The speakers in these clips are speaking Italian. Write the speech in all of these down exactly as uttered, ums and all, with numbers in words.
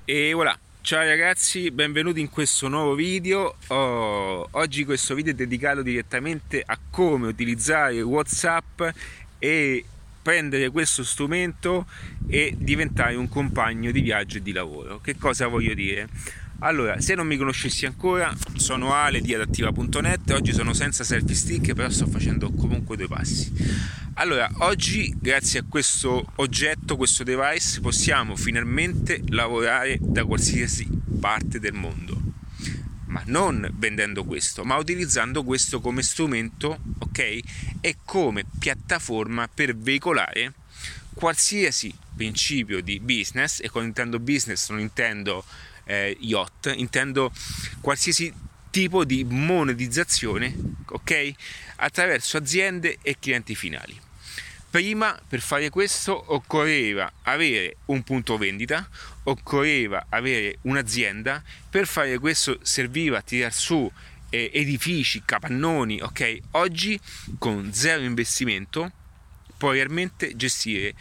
E voilà, ciao ragazzi, benvenuti in questo nuovo video. Oh, oggi questo video è dedicato direttamente a come utilizzare WhatsApp e prendere questo strumento e diventare un compagno di viaggio e di lavoro. Che cosa voglio dire? Allora, se non mi conoscessi ancora, sono Ale di adattiva punto net. Oggi sono senza selfie stick, però sto facendo comunque due passi. Allora, oggi grazie a questo oggetto, questo device, possiamo finalmente lavorare da qualsiasi parte del mondo, ma non vendendo questo, ma utilizzando questo come strumento, ok? E come piattaforma per veicolare qualsiasi principio di business. E quando intendo business non intendo eh, yacht, intendo qualsiasi tipo di monetizzazione, ok? Attraverso aziende e clienti finali. Prima, per fare questo, occorreva avere un punto vendita, occorreva avere un'azienda. Per fare questo serviva a tirar su eh, edifici, capannoni, ok? Oggi, con zero investimento, puoi realmente gestire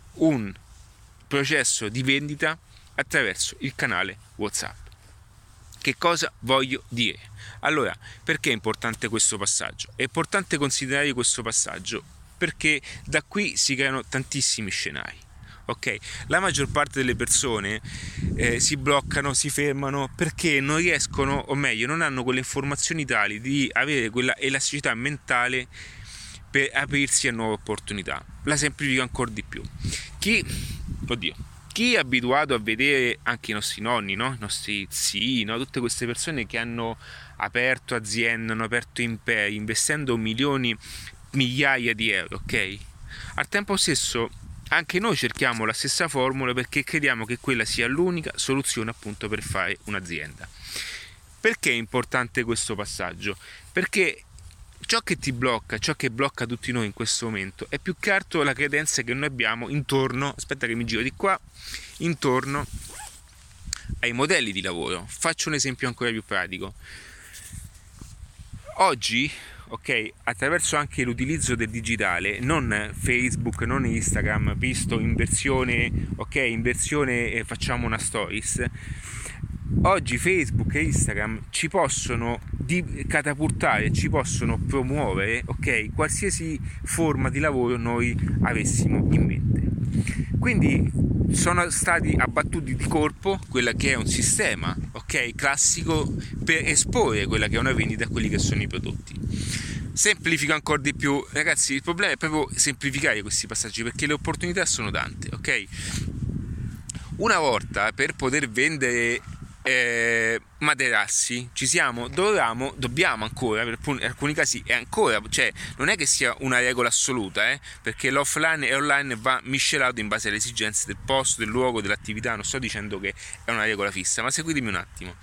un processo di vendita attraverso il canale WhatsApp. Che cosa voglio dire? Allora, perché è importante questo passaggio? È importante considerare questo passaggio perché da qui si creano tantissimi scenari. Ok? La maggior parte delle persone eh, si bloccano, si fermano perché non riescono, o meglio, non hanno quelle informazioni tali di avere quella elasticità mentale per aprirsi a nuove opportunità. La semplifico ancora di più. Chi, oddio, chi è abituato a vedere anche i nostri nonni, no? I nostri zii, no? Tutte queste persone che hanno aperto aziende, hanno aperto imperi, investendo milioni, migliaia di euro, ok? Al tempo stesso anche noi cerchiamo la stessa formula perché crediamo che quella sia l'unica soluzione appunto per fare un'azienda. Perché è importante questo passaggio? Perché ciò che ti blocca, ciò che blocca tutti noi in questo momento è più che altro la credenza che noi abbiamo intorno, aspetta che mi giro di qua, intorno ai modelli di lavoro. Faccio un esempio ancora più pratico. Oggi, ok, attraverso anche l'utilizzo del digitale, non Facebook, non Instagram, visto in versione, ok, in versione eh, facciamo una stories. Oggi Facebook e Instagram ci possono di catapultare, ci possono promuovere, ok, qualsiasi forma di lavoro noi avessimo in mente. Quindi sono stati abbattuti di colpo quella che è un sistema, ok, classico per esporre quella che è una vendita a quelli che sono i prodotti. Semplifico ancora di più, ragazzi, il problema è proprio semplificare questi passaggi perché le opportunità sono tante, ok? Una volta per poter vendere eh, materassi ci siamo, dovevamo, dobbiamo ancora, per alcuni casi è ancora, cioè non è che sia una regola assoluta, eh, perché l'offline e online va miscelato in base alle esigenze del posto, del luogo, dell'attività. Non sto dicendo che è una regola fissa, ma seguitemi un attimo.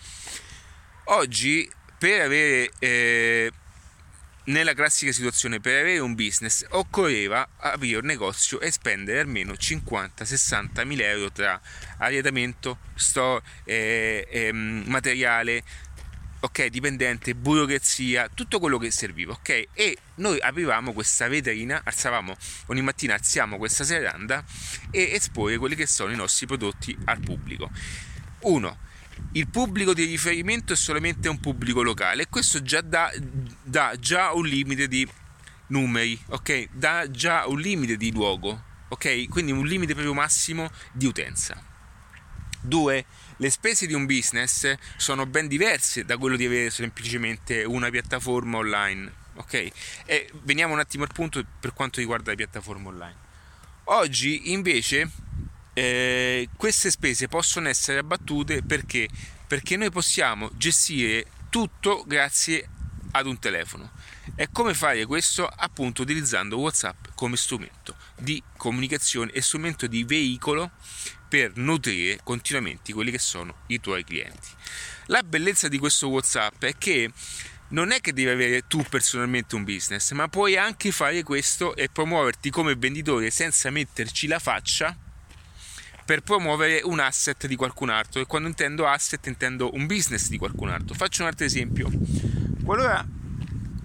Oggi per avere eh, nella classica situazione, per avere un business occorreva aprire un negozio e spendere almeno cinquanta sessanta mila euro tra arredamento, store, eh, eh, materiale, ok, dipendente, burocrazia, tutto quello che serviva, ok? E noi aprivamo questa vetrina, alzavamo ogni mattina, alziamo questa serranda e esporre quelli che sono i nostri prodotti al pubblico. Uno, il pubblico di riferimento è solamente un pubblico locale e questo già dà, dà già un limite di numeri, ok? Dà già un limite di luogo, ok? Quindi un limite proprio massimo di utenza. Due, le spese di un business sono ben diverse da quello di avere semplicemente una piattaforma online, ok? E veniamo un attimo al punto per quanto riguarda le piattaforme online. Oggi invece eh, queste spese possono essere abbattute perché? Perché noi possiamo gestire tutto grazie ad un telefono. E come fare questo? Appunto utilizzando WhatsApp come strumento di comunicazione e strumento di veicolo per nutrire continuamente quelli che sono i tuoi clienti. La bellezza di questo WhatsApp è che non è che devi avere tu personalmente un business, ma puoi anche fare questo e promuoverti come venditore senza metterci la faccia per promuovere un asset di qualcun altro. E quando intendo asset intendo un business di qualcun altro. Faccio un altro esempio. Qualora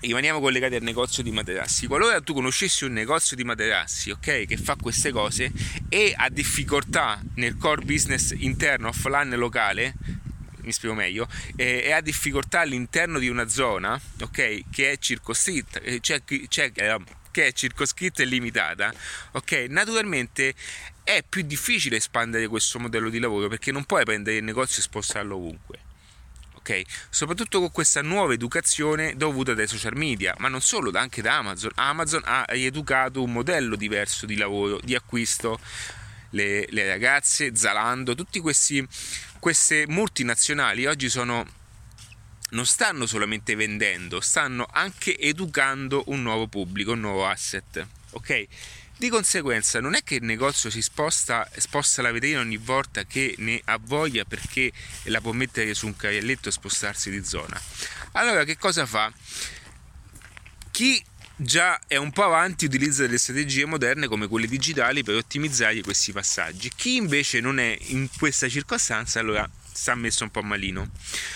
rimaniamo collegati al negozio di materassi. Qualora tu conoscessi un negozio di materassi, ok, che fa queste cose e ha difficoltà nel core business interno, offline, locale, mi spiego meglio, e, e ha difficoltà all'interno di una zona, ok, che è circoscritta, cioè, cioè, che è circoscritta e limitata, ok, naturalmente è più difficile espandere questo modello di lavoro, perché non puoi prendere il negozio e spostarlo ovunque. Okay. Soprattutto con questa nuova educazione dovuta dai social media, ma non solo, anche da Amazon. Amazon ha rieducato un modello diverso di lavoro, di acquisto. Le, le ragazze, Zalando, tutti questi queste multinazionali oggi sono non stanno solamente vendendo, stanno anche educando un nuovo pubblico, un nuovo asset, ok? Di conseguenza non è che il negozio si sposta, sposta la vetrina ogni volta che ne ha voglia, perché la può mettere su un carrelletto e spostarsi di zona. Allora che cosa fa? Chi già è un po' avanti utilizza delle strategie moderne come quelle digitali per ottimizzare questi passaggi. Chi invece non è in questa circostanza, allora sta messo un po' malino.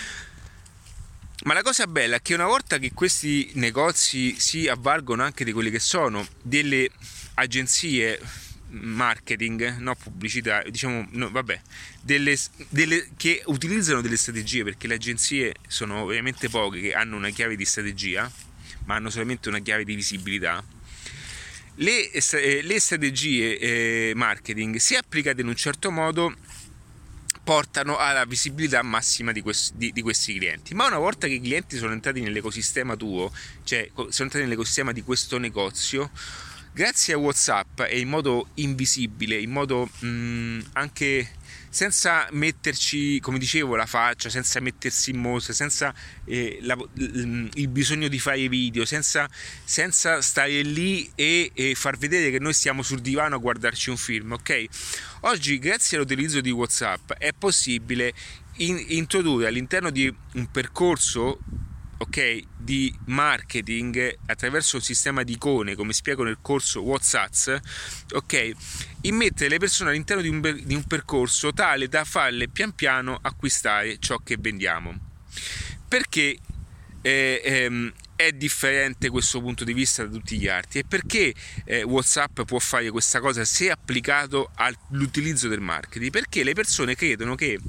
Ma la cosa bella è che una volta che questi negozi si avvalgono anche di quelle che sono delle agenzie marketing, no pubblicità, diciamo, no, vabbè, delle, delle, che utilizzano delle strategie, perché le agenzie sono ovviamente poche che hanno una chiave di strategia, ma hanno solamente una chiave di visibilità. Le, le strategie eh, marketing, se applicate in un certo modo, portano alla visibilità massima di questi, di, di questi clienti. Ma una volta che i clienti sono entrati nell'ecosistema tuo, cioè sono entrati nell'ecosistema di questo negozio, grazie a WhatsApp e in modo invisibile, in modo mh, anche senza metterci, come dicevo, la faccia, senza mettersi in mostra, senza eh, la, il bisogno di fare video, senza, senza stare lì e, e far vedere che noi stiamo sul divano a guardarci un film, ok? Oggi, grazie all'utilizzo di WhatsApp, è possibile in, introdurre all'interno di un percorso, ok, di marketing attraverso un sistema di icone, come spiego nel corso WhatsApp, ok, immettere le persone all'interno di un, di un percorso tale da farle pian piano acquistare ciò che vendiamo. Perché eh, ehm, è differente questo punto di vista da tutti gli altri, e perché eh, WhatsApp può fare questa cosa se applicato all'utilizzo del marketing? Perché le persone credono che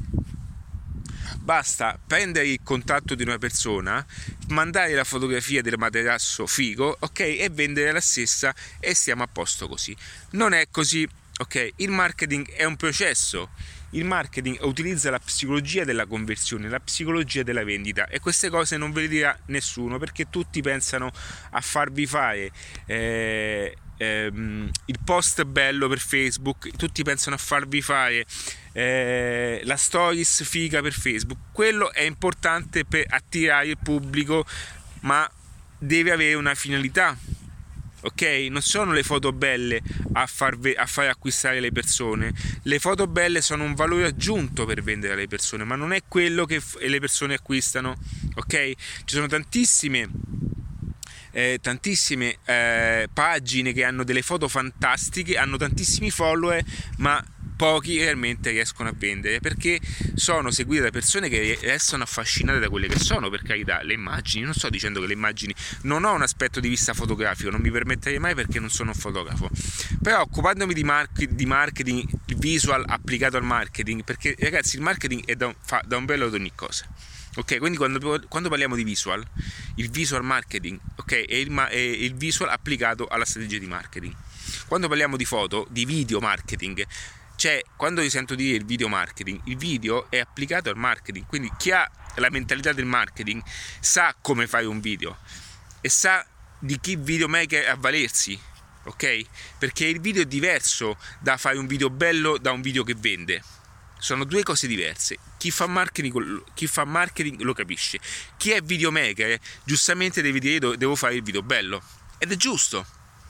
basta prendere il contatto di una persona, mandare la fotografia del materasso figo, ok, e vendere la stessa e stiamo a posto così. Non è così, ok? Il marketing è un processo. Il marketing utilizza la psicologia della conversione, la psicologia della vendita, e queste cose non ve le dirà nessuno, perché tutti pensano a farvi fare eh, ehm, il post bello per Facebook, tutti pensano a farvi fare eh, la stories figa per Facebook. Quello è importante per attirare il pubblico, ma deve avere una finalità. Ok, non sono le foto belle a far, ve- a far acquistare le persone. Le foto belle sono un valore aggiunto per vendere alle persone, ma non è quello che f- le persone acquistano. Ok, ci sono tantissime eh, tantissime eh, pagine che hanno delle foto fantastiche, hanno tantissimi follower, ma pochi realmente riescono a vendere, perché sono seguite da persone che restano affascinate da quelle che sono, per carità, le immagini. Non sto dicendo che le immagini, non ho un aspetto di vista fotografico, non mi permetterei mai, perché non sono un fotografo, però occupandomi di, market, di marketing, il visual applicato al marketing, perché ragazzi il marketing è da un, fa da un bello ad ogni cosa. Ok, quindi quando, quando parliamo di visual, il visual marketing, ok, è il, è il visual applicato alla strategia di marketing. Quando parliamo di foto, di video marketing, cioè, quando io sento dire il video marketing, il video è applicato al marketing, quindi chi ha la mentalità del marketing sa come fare un video e sa di chi videomaker avvalersi, ok? Perché il video è diverso da fare un video bello da un video che vende. Sono due cose diverse. Chi fa marketing, chi fa marketing lo capisce. Chi è videomaker giustamente deve dire devo fare il video bello, ed è giusto,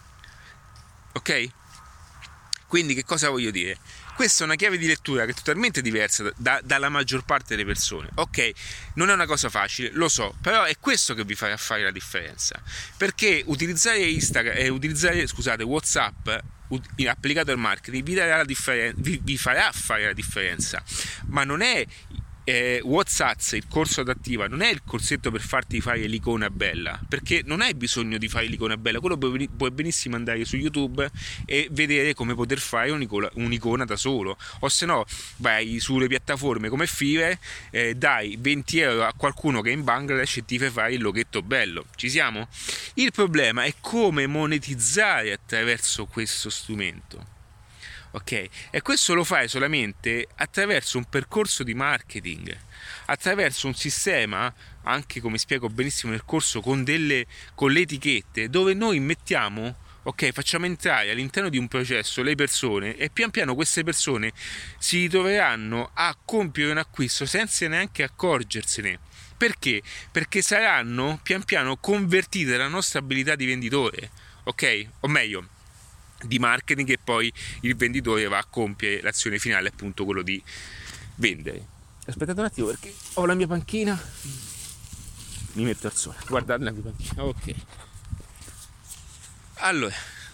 ok? Quindi che cosa voglio dire? Questa è una chiave di lettura che è totalmente diversa da, da, dalla maggior parte delle persone. Ok, non è una cosa facile, lo so, però è questo che vi farà fare la differenza. Perché utilizzare Instagram, eh, utilizzare, scusate, WhatsApp applicato al marketing vi, darà la differen- vi, vi farà fare la differenza, ma non è eh, WhatsApp, il corso adattiva, non è il corsetto per farti fare l'icona bella, perché non hai bisogno di fare l'icona bella, quello puoi, puoi benissimo andare su YouTube e vedere come poter fare un'icona, un'icona da solo, o se no vai sulle piattaforme come Fiverr, eh, dai venti euro a qualcuno che è in Bangladesh e ti fai fare il loghetto bello. Ci siamo? Il problema è come monetizzare attraverso questo strumento. Ok, e questo lo fai solamente attraverso un percorso di marketing, attraverso un sistema, anche come spiego benissimo nel corso, con delle con le etichette, dove noi mettiamo, ok, facciamo entrare all'interno di un processo le persone e pian piano queste persone si ritroveranno a compiere un acquisto senza neanche accorgersene. Perché? Perché saranno pian piano convertite nella nostra abilità di venditore, ok? O meglio, di marketing, e poi il venditore va a compiere l'azione finale, appunto quello di vendere. Aspettate un attimo perché ho la mia panchina, mi metto al sole, guardate la mia panchina, ok. Allora,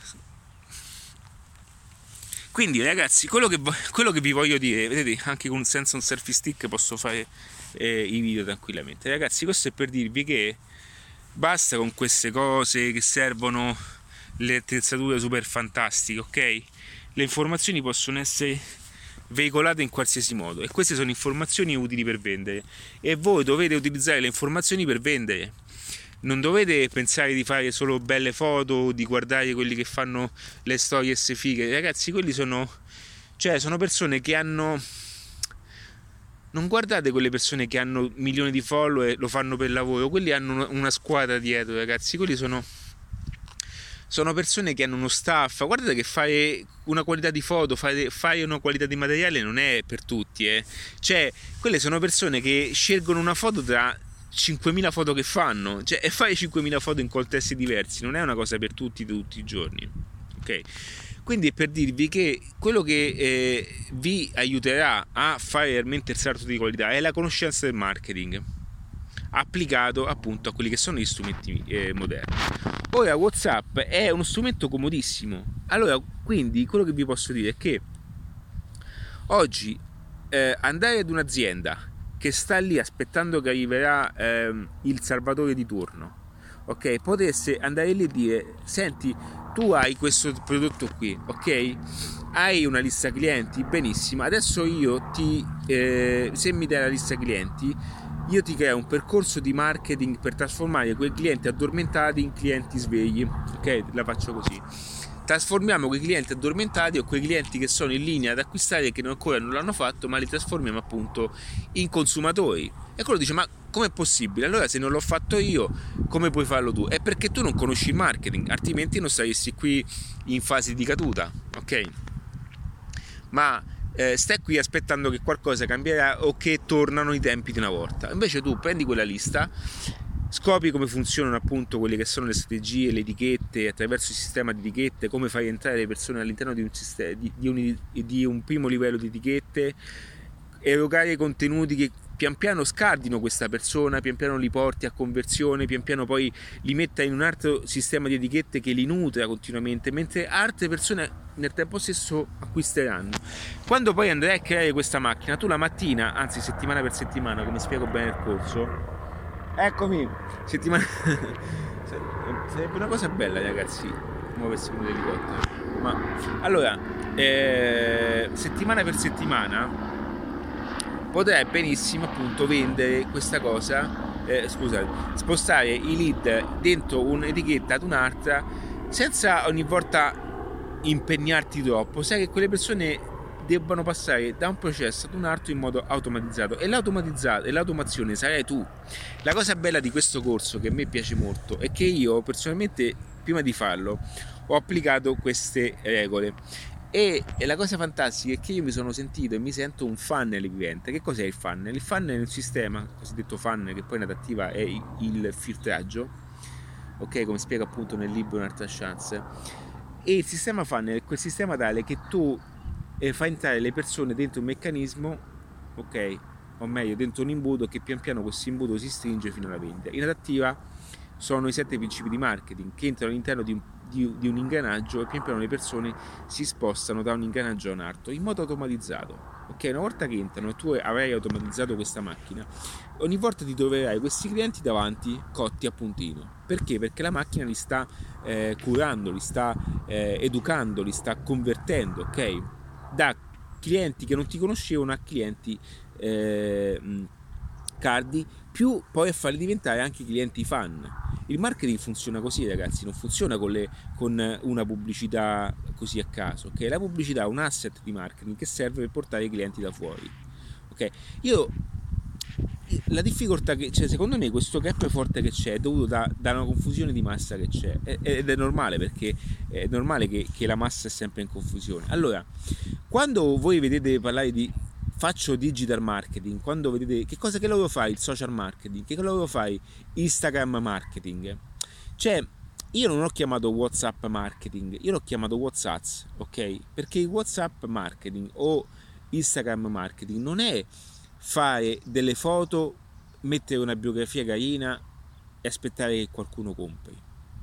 quindi ragazzi, quello che, quello che vi voglio dire, vedete, anche con senza un selfie stick posso fare eh, i video tranquillamente. Ragazzi, questo è per dirvi che basta con queste cose che servono le attrezzature super fantastiche, ok? Le informazioni possono essere veicolate in qualsiasi modo e queste sono informazioni utili per vendere e voi dovete utilizzare le informazioni per vendere. Non dovete pensare di fare solo belle foto, di guardare quelli che fanno le stories fighe. Ragazzi, quelli sono cioè sono persone che hanno non guardate quelle persone che hanno milioni di follower e lo fanno per lavoro, quelli hanno una squadra dietro, ragazzi, quelli sono sono persone che hanno uno staff. Guardate che fare una qualità di foto, fare, fare una qualità di materiale non è per tutti, eh. Cioè, quelle sono persone che scelgono una foto tra cinquemila foto che fanno, cioè, e fare cinquemila foto in contesti diversi non è una cosa per tutti tutti i giorni, ok? Quindi è per dirvi che quello che eh, vi aiuterà a fare realmente il salto di qualità è la conoscenza del marketing applicato appunto a quelli che sono gli strumenti eh, moderni. Ora WhatsApp è uno strumento comodissimo. Allora, quindi quello che vi posso dire è che oggi eh, andare ad un'azienda che sta lì aspettando che arriverà eh, il salvatore di turno, ok, potesse andare lì e dire: senti, tu hai questo prodotto qui, ok, hai una lista clienti, benissimo, adesso io ti eh, se mi dai la lista clienti io ti creo un percorso di marketing per trasformare quei clienti addormentati in clienti svegli, ok? La faccio così: trasformiamo quei clienti addormentati o quei clienti che sono in linea ad acquistare e che ancora non l'hanno fatto, ma li trasformiamo appunto in consumatori. E quello dice: ma com'è possibile? Allora, se non l'ho fatto io, come puoi farlo tu? È perché tu non conosci il marketing, altrimenti non saresti qui in fase di caduta, ok? Ma Eh, stai qui aspettando che qualcosa cambierà o che tornano i tempi di una volta. Invece tu prendi quella lista, scopri come funzionano appunto quelle che sono le strategie, le etichette, attraverso il sistema di etichette, come fai entrare le persone all'interno di un, sistema, di, di, un, di un primo livello di etichette, erogare contenuti che pian piano scardino questa persona, pian piano li porti a conversione, pian piano poi li metta in un altro sistema di etichette che li nutra continuamente, mentre altre persone nel tempo stesso acquisteranno. Quando poi andrai a creare questa macchina, tu la mattina, anzi settimana per settimana, come spiego bene nel corso, eccomi, settimana sarebbe una cosa bella, ragazzi, muoversi con l'elicottero. Ma allora, eh, settimana per settimana potrai benissimo appunto vendere questa cosa, eh, scusate, spostare i lead dentro un'etichetta ad un'altra senza ogni volta impegnarti troppo. Sai che quelle persone debbano passare da un processo ad un altro in modo automatizzato, e l'automatizzato e l'automazione sarai tu. La cosa bella di questo corso, che a me piace molto, è che io personalmente prima di farlo ho applicato queste regole. E la cosa fantastica è che io mi sono sentito e mi sento un funnel vivente. Che cos'è il funnel? Il funnel è un sistema, il cosiddetto funnel, che poi in adattiva è il filtraggio, ok, come spiego appunto nel libro Un'altra chance. E il sistema funnel è quel sistema tale che tu eh, fai entrare le persone dentro un meccanismo, ok, o meglio dentro un imbuto, che pian piano questo imbuto si stringe fino alla vendita. In adattiva sono i sette principi di marketing che entrano all'interno di un di, di un ingranaggio e pian piano le persone si spostano da un ingranaggio a un altro in modo automatizzato. Ok, una volta che entrano e tu avrai automatizzato questa macchina, ogni volta ti troverai questi clienti davanti cotti a puntino. Perché? Perché la macchina li sta eh, curando, li sta eh, educando, li sta convertendo, ok? Da clienti che non ti conoscevano a clienti eh, cardi, più poi a farli diventare anche clienti fan. Il marketing funziona così, ragazzi, non funziona con, le, con una pubblicità così a caso, ok? La pubblicità è un asset di marketing che serve per portare i clienti da fuori, ok? Io la difficoltà che c'è, secondo me, questo gap forte che c'è è dovuto da, da una confusione di massa che c'è, ed è normale, perché è normale che, che la massa è sempre in confusione. Allora, quando voi vedete parlare di faccio digital marketing, quando vedete che cosa, che lavoro fai il social marketing, che lavoro fai Instagram marketing, cioè io non ho chiamato WhatsApp marketing, io l'ho chiamato WhatsApp, ok? Perché il WhatsApp marketing o Instagram marketing non è fare delle foto, mettere una biografia carina e aspettare che qualcuno compri,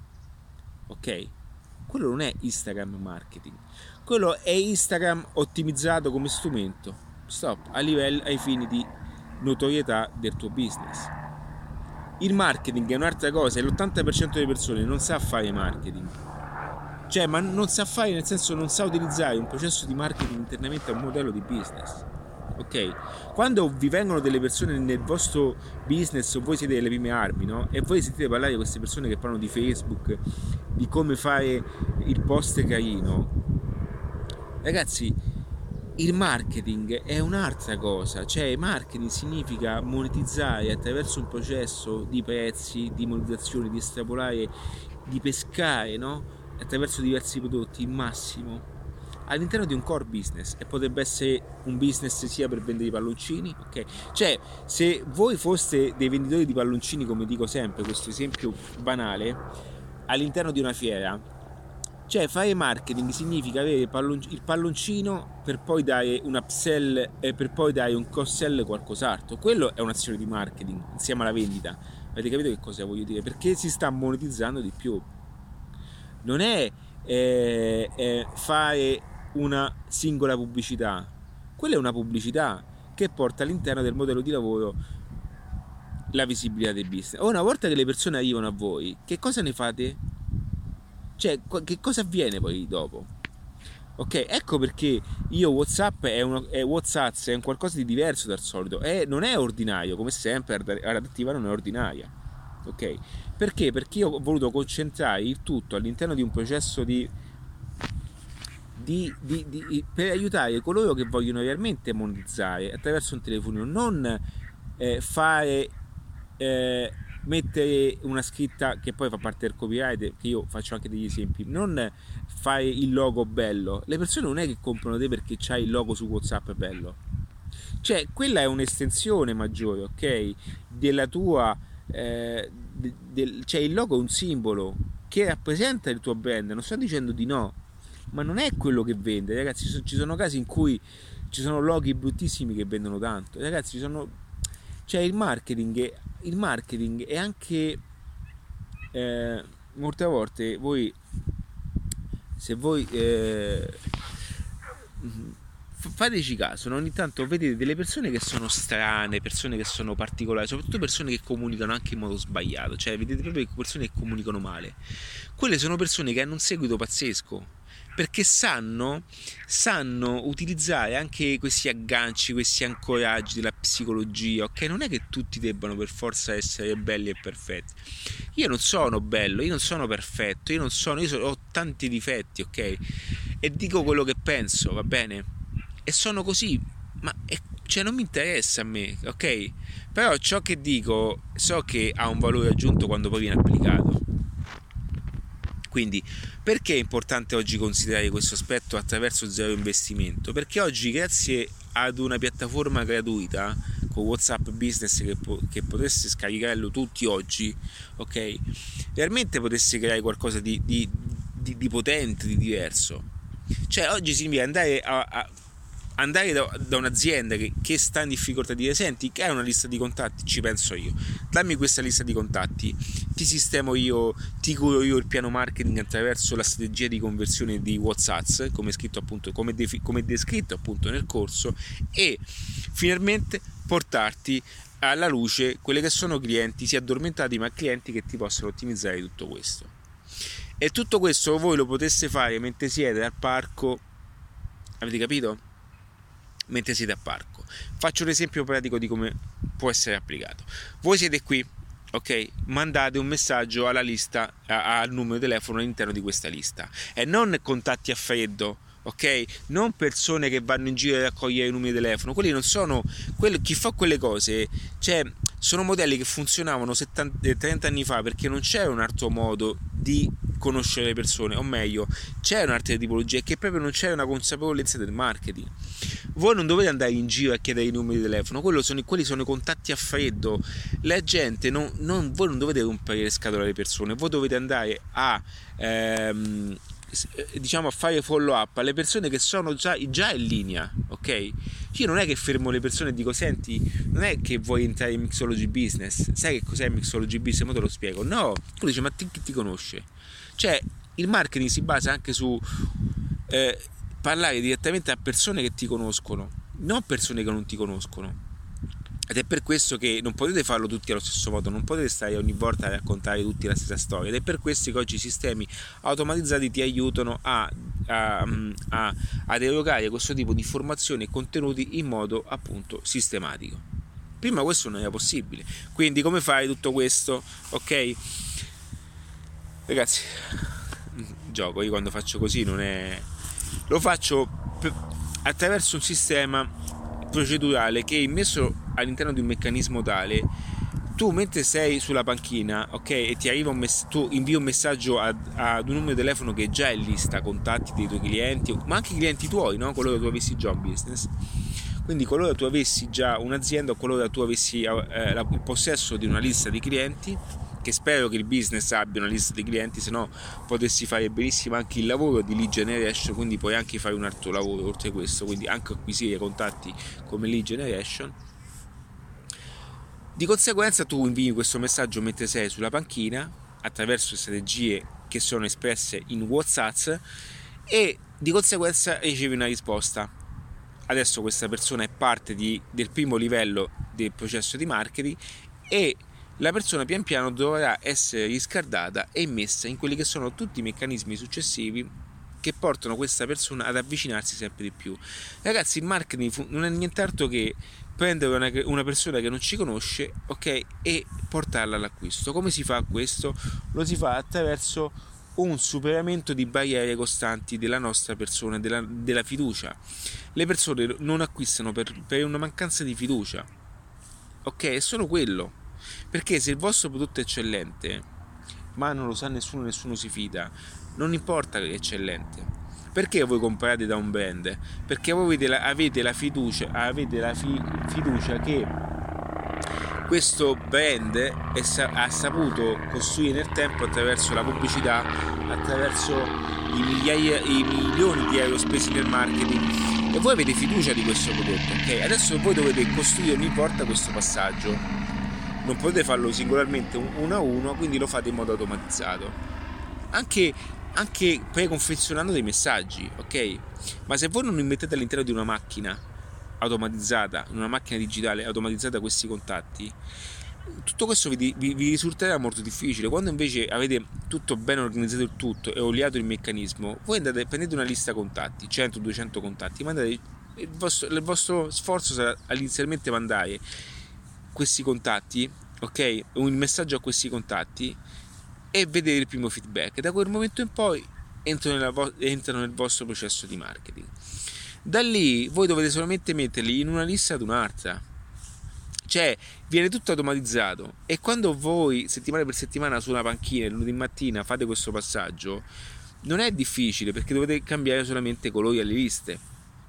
ok? Quello non è Instagram marketing, quello è Instagram ottimizzato come strumento, stop, a livello, ai fini di notorietà del tuo business. Il marketing è un'altra cosa e l'ottanta per cento delle persone non sa fare marketing, cioè, ma non sa fare, nel senso, non sa utilizzare un processo di marketing internamente a un modello di business. Ok, quando vi vengono delle persone nel vostro business o voi siete delle prime armi, no? E voi sentite parlare di queste persone che parlano di Facebook, di come fare il post carino, ragazzi, il marketing è un'altra cosa. Cioè, marketing significa monetizzare attraverso un processo di prezzi, di monetizzazione, di estrapolare, di pescare, no? Attraverso diversi prodotti il massimo all'interno di un core business, e potrebbe essere un business sia per vendere i palloncini, ok? Cioè, se voi foste dei venditori di palloncini, come dico sempre, questo esempio banale, all'interno di una fiera, cioè fare marketing significa avere il palloncino per poi dare un upsell e per poi dare un cross-sell qualcos'altro. Quello è un'azione di marketing insieme alla vendita. Avete capito che cosa voglio dire? Perché si sta monetizzando di più. Non è eh, eh, fare una singola pubblicità, quella è una pubblicità che porta all'interno del modello di lavoro la visibilità del business. O una volta che le persone arrivano a voi, che cosa ne fate? Cioè, che cosa avviene poi dopo? Ok, ecco perché io WhatsApp è, uno, è WhatsApp è un qualcosa di diverso dal solito, è, non è ordinario, come sempre la Radioattiva non è ordinaria, ok? Perché? Perché io ho voluto concentrare il tutto all'interno di un processo di Di, di, di, per aiutare coloro che vogliono realmente monetizzare attraverso un telefonino, non eh, fare eh, mettere una scritta che poi fa parte del copyright, che io faccio anche degli esempi, non fare il logo bello. Le persone non è che comprano te perché c'hai il logo su WhatsApp bello, cioè quella è un'estensione maggiore, ok, della tua eh, de, del, cioè il logo è un simbolo che rappresenta il tuo brand, non sto dicendo di no, ma non è quello che vende, ragazzi. Ci sono casi in cui ci sono loghi bruttissimi che vendono tanto, ragazzi. Ci sono, cioè il marketing, il marketing è anche eh, molte volte voi, se voi eh, fateci caso, no? Ogni tanto vedete delle persone che sono strane, persone che sono particolari, soprattutto persone che comunicano anche in modo sbagliato, cioè vedete proprio persone che comunicano male. Quelle sono persone che hanno un seguito pazzesco, perché sanno, sanno utilizzare anche questi agganci, questi ancoraggi della psicologia, ok? Non è che tutti debbano per forza essere belli e perfetti. Io non sono bello, io non sono perfetto, io non sono, io sono, ho tanti difetti, ok? E dico quello che penso, va bene? E sono così, ma è, cioè non mi interessa a me, ok? Però ciò che dico so che ha un valore aggiunto quando poi viene applicato. Quindi perché è importante oggi considerare questo aspetto attraverso zero investimento? Perché oggi, grazie ad una piattaforma gratuita con WhatsApp Business che, po- che potesse scaricarlo tutti oggi, ok? Realmente potesse creare qualcosa di, di, di, di potente, di diverso. Cioè oggi significa andare a, a andare da, da un'azienda che, che sta in difficoltà, dire senti che hai una lista di contatti, ci penso io, dammi questa lista di contatti, ti sistemo io, ti curo io il piano marketing attraverso la strategia di conversione di WhatsApp, come scritto appunto, come, defi, come descritto appunto nel corso, e finalmente portarti alla luce quelli che sono clienti, sia addormentati ma clienti che ti possono ottimizzare tutto questo. E tutto questo voi lo poteste fare mentre siete al parco, avete capito? Mentre siete al parco. Faccio un esempio pratico di come può essere applicato. Voi siete qui, ok? Mandate un messaggio alla lista, a, al numero di telefono all'interno di questa lista, e non contatti a freddo, ok? Non persone che vanno in giro a raccogliere i numeri di telefono. Quelli non sono quello, chi fa quelle cose, cioè sono modelli che funzionavano settanta, trenta anni fa, perché non c'era un altro modo di conoscere le persone, o meglio c'era un'altra tipologia, e che proprio non c'era una consapevolezza del marketing. Voi non dovete andare in giro a chiedere i numeri di telefono, quello sono, quelli sono i contatti a freddo. La gente non, non, voi non dovete rompere le scatole alle persone, voi dovete andare a ehm, diciamo a fare follow up alle persone che sono già, già in linea, ok? Io non è che fermo le persone e dico senti, non è che vuoi entrare in Mixology Business, sai che cos'è Mixology Business? Ma te lo spiego. No, tu dici ma ti, chi ti conosce? Cioè il marketing si basa anche su eh, parlare direttamente a persone che ti conoscono, non persone che non ti conoscono. Ed è per questo che non potete farlo tutti allo stesso modo, non potete stare ogni volta a raccontare tutti la stessa storia, ed è per questo che oggi i sistemi automatizzati ti aiutano a, a, a, ad erogare questo tipo di informazioni e contenuti in modo appunto sistematico. Prima questo non era possibile. Quindi come fai tutto questo? Ok? Ragazzi, gioco, io quando faccio così non è... lo faccio attraverso un sistema procedurale che è immesso all'interno di un meccanismo tale, tu mentre sei sulla panchina, ok, e ti arriva un mess- tu invii un messaggio ad, ad un numero di telefono che già è in lista contatti dei tuoi clienti, ma anche i clienti tuoi, no? Qualora tu avessi già un business, quindi qualora tu avessi già un'azienda o qualora tu avessi eh, la, il possesso di una lista di clienti, che spero che il business abbia una lista di clienti, se no potessi fare benissimo anche il lavoro di lead generation, quindi puoi anche fare un altro lavoro oltre questo, quindi anche acquisire contatti come lead generation. Di conseguenza tu invii questo messaggio mentre sei sulla panchina attraverso strategie che sono espresse in WhatsApp, e di conseguenza ricevi una risposta. Adesso questa persona è parte di, del primo livello del processo di marketing, e la persona pian piano dovrà essere riscaldata e messa in quelli che sono tutti i meccanismi successivi che portano questa persona ad avvicinarsi sempre di più. Ragazzi, il marketing non è nient'altro che prendere una, una persona che non ci conosce, ok, e portarla all'acquisto. Come si fa questo? Lo si fa attraverso un superamento di barriere costanti della nostra persona, della, della fiducia. Le persone non acquistano per, per una mancanza di fiducia, ok, è solo quello. Perché se il vostro prodotto è eccellente ma non lo sa nessuno, nessuno si fida, non importa che è eccellente. Perché voi comprate da un brand? Perché voi avete la, avete la fiducia avete la fi, fiducia che questo brand è, ha saputo costruire nel tempo attraverso la pubblicità, attraverso i migliaia, i milioni di euro spesi nel marketing, e voi avete fiducia di questo prodotto, ok? Adesso voi dovete costruire ogni volta questo passaggio. Non potete farlo singolarmente uno a uno, quindi lo fate in modo automatizzato, anche, anche preconfezionando dei messaggi, ok? Ma se voi non immettete all'interno di una macchina automatizzata, in una macchina digitale automatizzata questi contatti, tutto questo vi, vi, vi risulterà molto difficile. Quando invece avete tutto ben organizzato il tutto e oliato il meccanismo, voi andate, prendete una lista contatti, cento duecento contatti, mandate, il vostro, il vostro sforzo sarà inizialmente mandare questi contatti, ok, un messaggio a questi contatti e vedere il primo feedback. Da quel momento in poi entrano, nella vo- entrano nel vostro processo di marketing. Da lì voi dovete solamente metterli in una lista ad un'altra, cioè viene tutto automatizzato, e quando voi settimana per settimana su una panchina il lunedì mattina fate questo passaggio, non è difficile, perché dovete cambiare solamente colori alle liste.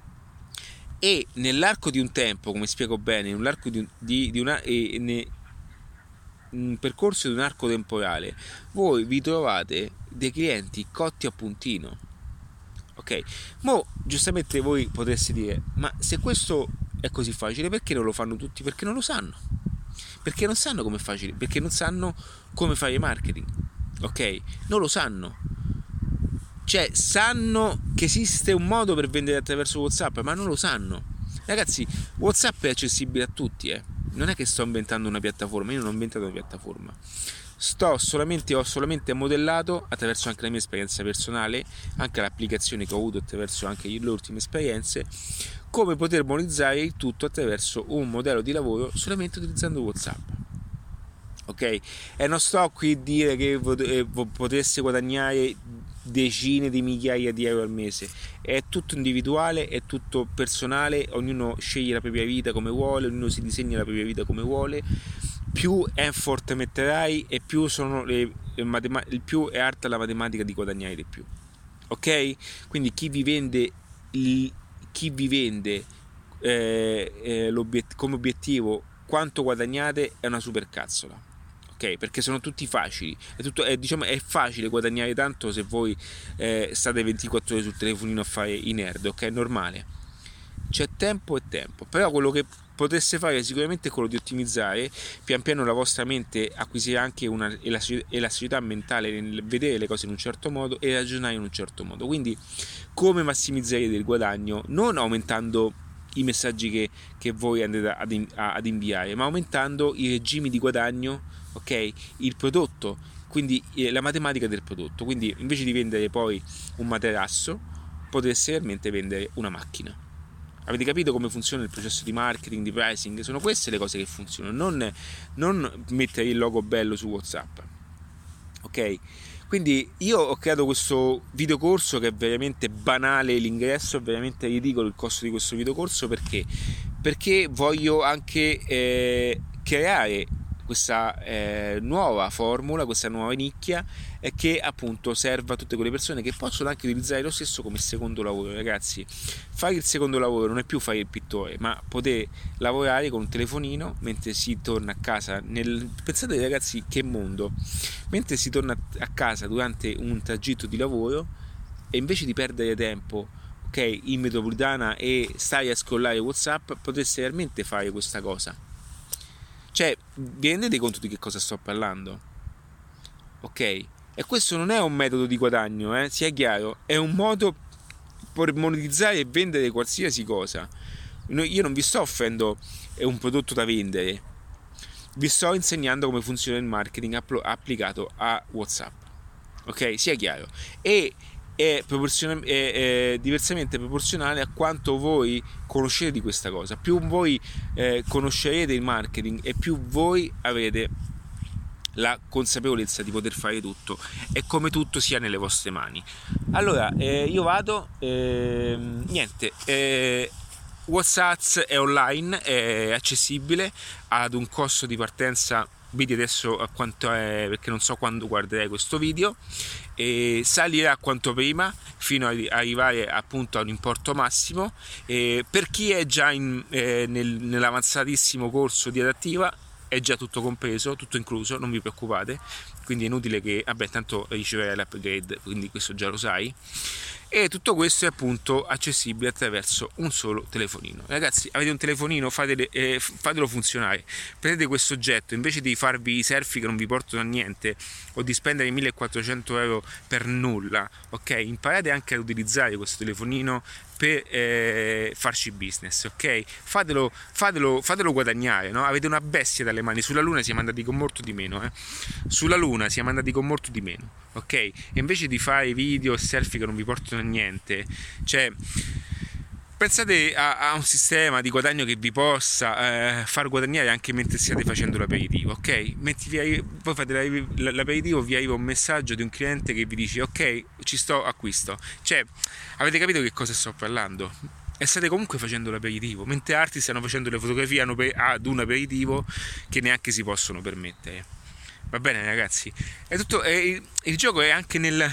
E nell'arco di un tempo, come spiego bene, nell'arco di, di, di una, e ne, un percorso di un arco temporale, voi vi trovate dei clienti cotti a puntino, Ok, mo giustamente voi potreste dire, ma se questo è così facile, perché non lo fanno tutti? Perché non lo sanno. Perché non sanno come è facile, perché non sanno come fare marketing. Ok? Non lo sanno. Cioè, sanno che esiste un modo per vendere attraverso WhatsApp, ma non lo sanno. Ragazzi, WhatsApp è accessibile a tutti, eh. Non è che sto inventando una piattaforma, io non ho inventato una piattaforma. Sto solamente, ho solamente modellato attraverso anche la mia esperienza personale, anche l'applicazione che ho avuto attraverso anche le ultime esperienze, come poter monetizzare il tutto attraverso un modello di lavoro solamente utilizzando WhatsApp. Ok? E non sto qui a dire che potesse guadagnare decine di migliaia di euro al mese, è tutto individuale, è tutto personale, ognuno sceglie la propria vita come vuole, ognuno si disegna la propria vita come vuole. Più effort metterai e più sono le, il più è alta la matematica di guadagnare di più. Ok? Quindi chi vi vende il, chi vi vende eh, eh, l'obiet- come obiettivo quanto guadagnate è una supercazzola. Ok? Perché sono tutti facili. È, tutto, è, diciamo, è facile guadagnare tanto se voi eh, state ventiquattro ore sul telefonino a fare i nerd, ok? È normale. C'è tempo e tempo, però quello che potreste fare sicuramente è quello di ottimizzare pian piano la vostra mente, acquisire anche una elasticità mentale nel vedere le cose in un certo modo e ragionare in un certo modo. Quindi come massimizzare il guadagno non aumentando i messaggi che, che voi andate ad, ad inviare, ma aumentando i regimi di guadagno, ok? Il prodotto, quindi la matematica del prodotto. Quindi invece di vendere poi un materasso potreste realmente vendere una macchina. Avete capito come funziona il processo di marketing, di pricing? Sono queste le cose che funzionano, non, non mettere il logo bello su WhatsApp. Ok? Quindi io ho creato questo videocorso che è veramente banale, l'ingresso è veramente ridicolo, il costo di questo videocorso, perché? Perché voglio anche eh, creare questa eh, nuova formula, questa nuova nicchia eh, che appunto serva a tutte quelle persone che possono anche utilizzare lo stesso come secondo lavoro. Ragazzi, fare il secondo lavoro non è più fare il pittore, ma poter lavorare con un telefonino mentre si torna a casa. Nel... Pensate ragazzi che mondo, mentre si torna a casa durante un tragitto di lavoro e invece di perdere tempo, ok, in metropolitana e stare a scrollare WhatsApp, potreste realmente fare questa cosa. Cioè, vi rendete conto di che cosa sto parlando? Ok? E questo non è un metodo di guadagno, eh? Sia chiaro, è un modo per monetizzare e vendere qualsiasi cosa. Io non vi sto offrendo un prodotto da vendere, vi sto insegnando come funziona il marketing applicato a WhatsApp. Ok? Sia chiaro. E è, proporzional- è, è diversamente proporzionale a quanto voi conoscete di questa cosa. Più voi eh, conoscerete il marketing e più voi avete la consapevolezza di poter fare tutto e come tutto sia nelle vostre mani. Allora eh, io vado eh, niente eh, WhatsApp è online, è accessibile ad un costo di partenza, vedi adesso a quanto è, perché non so quando guarderai questo video, e salirà quanto prima fino ad arrivare appunto a un importo massimo. E per chi è già in, eh, nel, nell'avanzatissimo corso di adattiva è già tutto compreso, tutto incluso, non vi preoccupate, quindi è inutile che, vabbè, tanto riceverai l'upgrade, quindi questo già lo sai. E tutto questo è appunto accessibile attraverso un solo telefonino. Ragazzi, avete un telefonino, fatele, eh, fatelo funzionare. Prendete questo oggetto, invece di farvi i selfie che non vi portano a niente o di spendere millequattrocento euro per nulla, ok? Imparate anche ad utilizzare questo telefonino per eh, farci business, ok? Fatelo, fatelo, fatelo guadagnare, no? Avete una bestia dalle mani. Sulla Luna siamo andati con molto di meno, eh? Sulla Luna siamo andati con molto di meno, ok? E invece di fare video e selfie che non vi portano a niente, cioè pensate a, a un sistema di guadagno che vi possa eh, far guadagnare anche mentre stiate facendo l'aperitivo, ok? Mentre vi, voi fate l'aperitivo, vi arriva un messaggio di un cliente che vi dice ok, ci sto, acquisto. Cioè, avete capito che cosa sto parlando? E state comunque facendo l'aperitivo, mentre altri stanno facendo le fotografie ad un aperitivo che neanche si possono permettere. Va bene ragazzi? È tutto, è, il, il gioco è anche nel...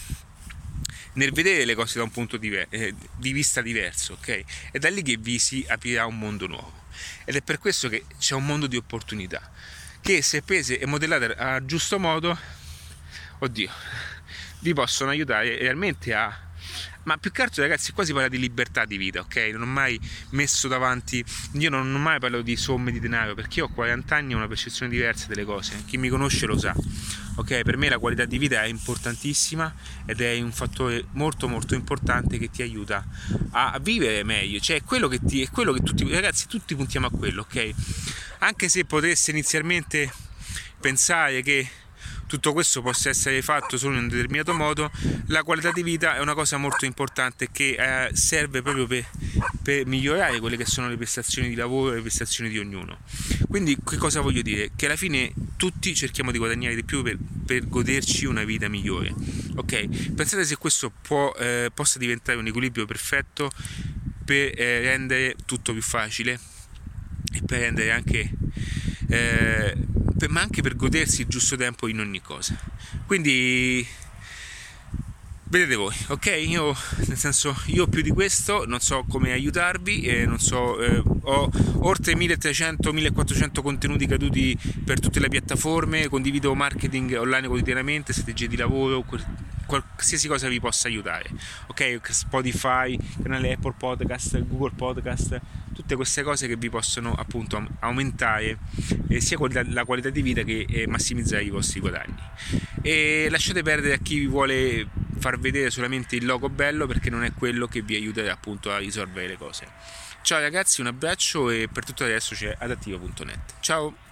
nel vedere le cose da un punto di, eh, di vista diverso, ok? È da lì che vi si aprirà un mondo nuovo. Ed è per questo che c'è un mondo di opportunità che, se prese e modellate a giusto modo, oddio, vi possono aiutare realmente a Ma più che altro, ragazzi, qua si parla di libertà di vita, ok? Non ho mai messo davanti, io non ho mai parlato di somme di denaro, perché io ho quaranta anni e ho una percezione diversa delle cose. Chi mi conosce lo sa, ok? Per me la qualità di vita è importantissima ed è un fattore molto molto importante che ti aiuta a vivere meglio, cioè è quello che ti, è quello che tutti, ragazzi, tutti puntiamo a quello, ok? Anche se potesse inizialmente pensare che tutto questo possa essere fatto solo in un determinato modo, la qualità di vita è una cosa molto importante che eh, serve proprio per, per migliorare quelle che sono le prestazioni di lavoro e le prestazioni di ognuno. Quindi che cosa voglio dire? Che alla fine tutti cerchiamo di guadagnare di più per, per goderci una vita migliore, ok? Pensate se questo può, eh, possa diventare un equilibrio perfetto per eh, rendere tutto più facile e per rendere anche eh, per, ma anche per godersi il giusto tempo in ogni cosa. Quindi vedete voi, ok? Io, nel senso, io più di questo non so come aiutarvi, eh, non so, eh, ho oltre milletrecento millequattrocento contenuti caduti per tutte le piattaforme, condivido marketing online quotidianamente, strategie di lavoro, qualsiasi cosa vi possa aiutare, ok? Spotify, canale Apple Podcast, Google Podcast, tutte queste cose che vi possono appunto aumentare eh, sia la qualità di vita che eh, massimizzare i vostri guadagni. E lasciate perdere a chi vi vuole far vedere solamente il logo bello, perché non è quello che vi aiuta appunto a risolvere le cose. Ciao ragazzi, un abbraccio e per tutto adesso c'è adattiva punto net. Ciao!